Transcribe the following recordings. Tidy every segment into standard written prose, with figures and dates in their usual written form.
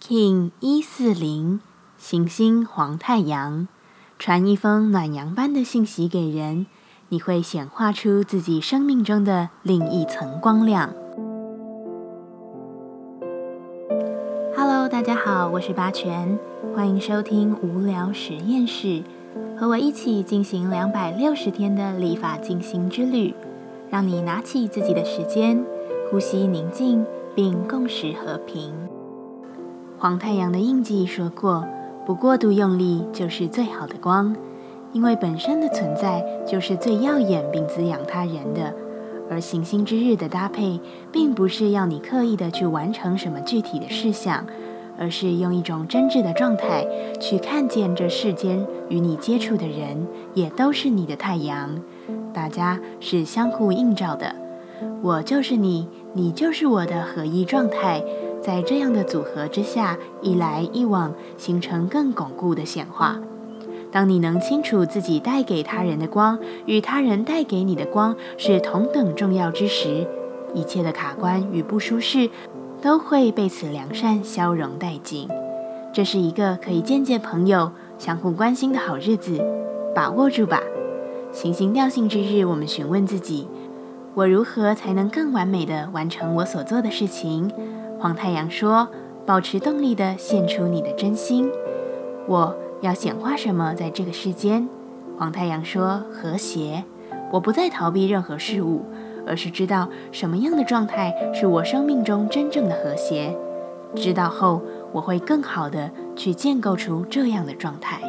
King 140行星黄太阳，传一封暖阳般的信息给人，你会显化出自己生命中的另一层光亮。Hello， 大家好，我是八全，欢迎收听无聊实验室，和我一起进行260天的立法进行之旅，让你拿起自己的时间，呼吸宁静，并共识和平。黄太阳的印记说过，不过度用力就是最好的光，因为本身的存在就是最耀眼并滋养他人的。而行星之日的搭配，并不是要你刻意的去完成什么具体的事项，而是用一种真挚的状态去看见这世间与你接触的人，也都是你的太阳，大家是相互映照的。我就是你，你就是我的合一状态，在这样的组合之下，一来一往，形成更巩固的显化。当你能清楚自己带给他人的光与他人带给你的光是同等重要之时，一切的卡关与不舒适都会被此良善消融殆尽。这是一个可以见见朋友、相互关心的好日子，把握住吧。行星调性之日，我们询问自己，我如何才能更完美地完成我所做的事情？黄太阳说，保持动力地献出你的真心。我要显化什么在这个世间？黄太阳说，和谐。我不再逃避任何事物，而是知道什么样的状态是我生命中真正的和谐。知道后，我会更好地去建构出这样的状态。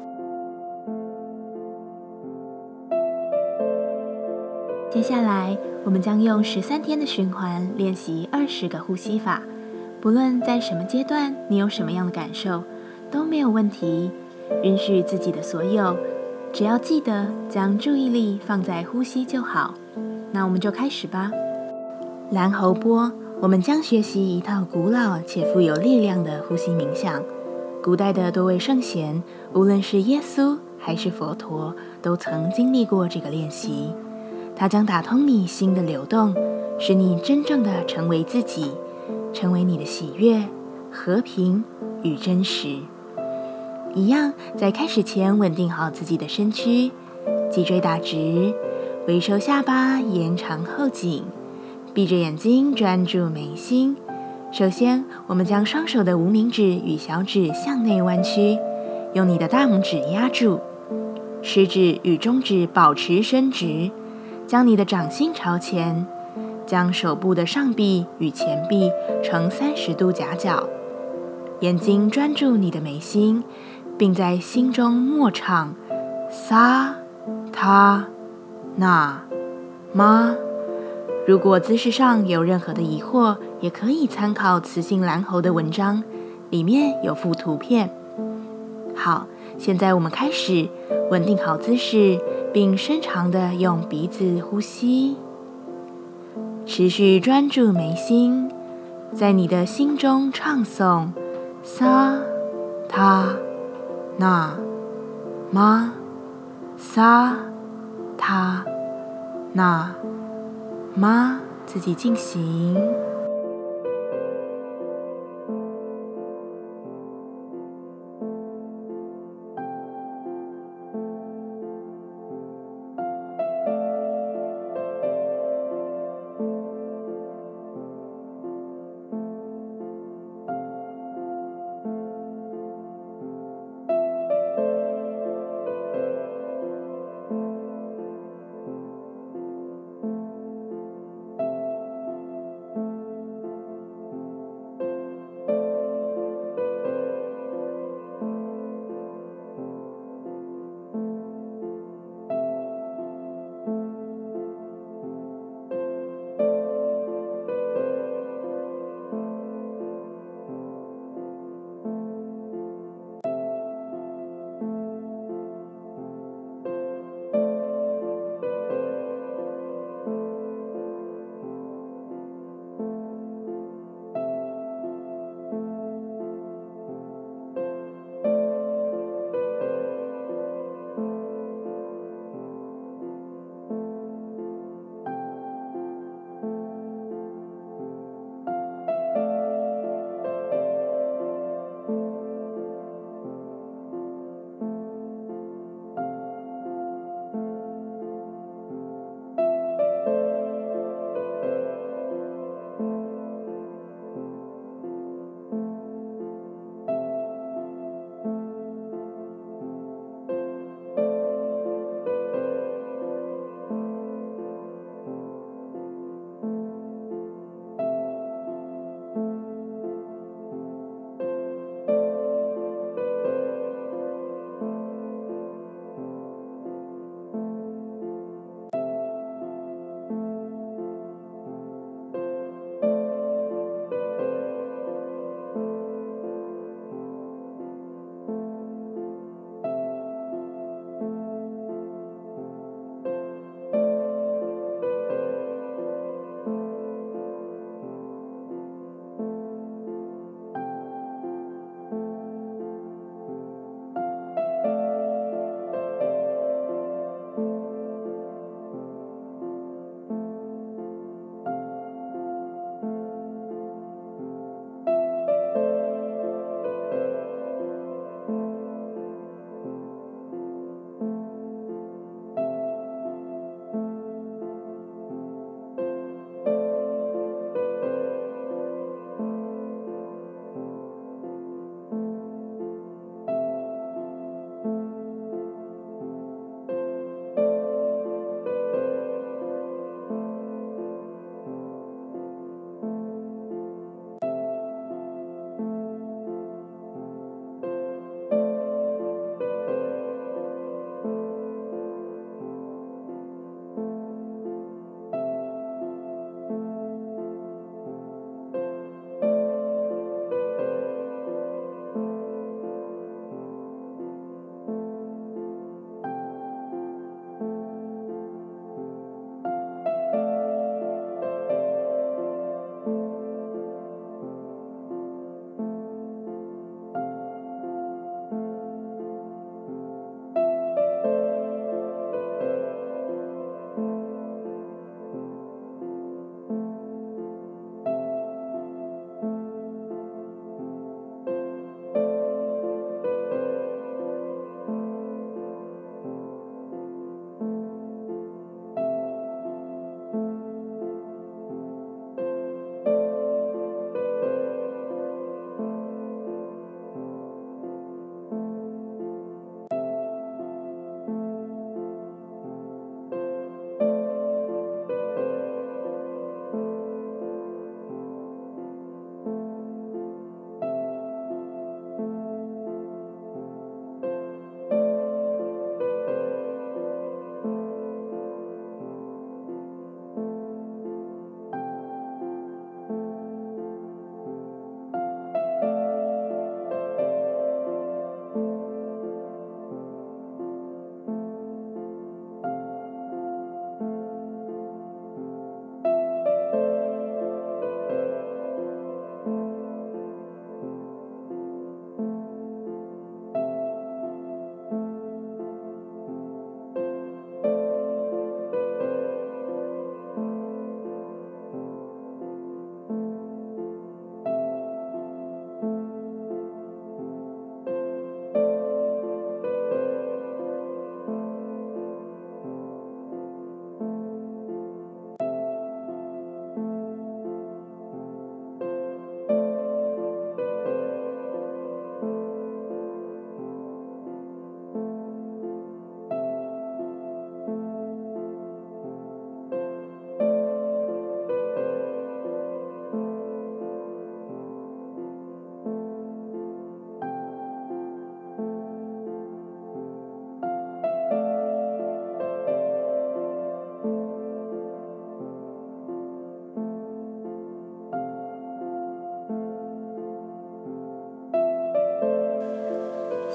接下来，我们将用13天的循环练习20个呼吸法。不论在什么阶段，你有什么样的感受，都没有问题。允许自己的所有，只要记得将注意力放在呼吸就好。那我们就开始吧。蓝喉波，我们将学习一套古老且富有力量的呼吸冥想。古代的多位圣贤，无论是耶稣还是佛陀，都曾经历过这个练习。它将打通你心的流动，使你真正的成为自己，成为你的喜悦、和平与真实。一样，在开始前稳定好自己的身躯，脊椎打直，微收下巴，延长后颈，闭着眼睛专注眉心。首先，我们将双手的无名指与小指向内弯曲，用你的大拇指压住，食指与中指保持伸直，将你的掌心朝前，将手部的上臂与前臂呈30度夹角，眼睛专注你的眉心，并在心中默唱萨他那妈。如果姿势上有任何的疑惑，也可以参考磁性蓝猴的文章，里面有附图片。好，现在我们开始，稳定好姿势，并深长地用鼻子呼吸，持续专注眉心，在你的心中唱诵萨他那妈，萨他那妈，自己进行。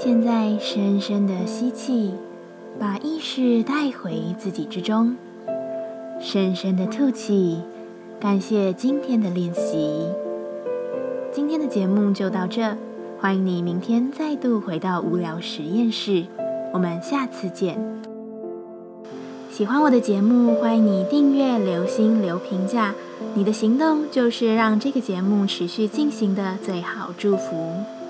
现在深深的吸气，把意识带回自己之中，深深的吐气，感谢今天的练习。今天的节目就到这，欢迎你明天再度回到无聊实验室，我们下次见。喜欢我的节目，欢迎你订阅、留心、留评价，你的行动就是让这个节目持续进行的最好祝福。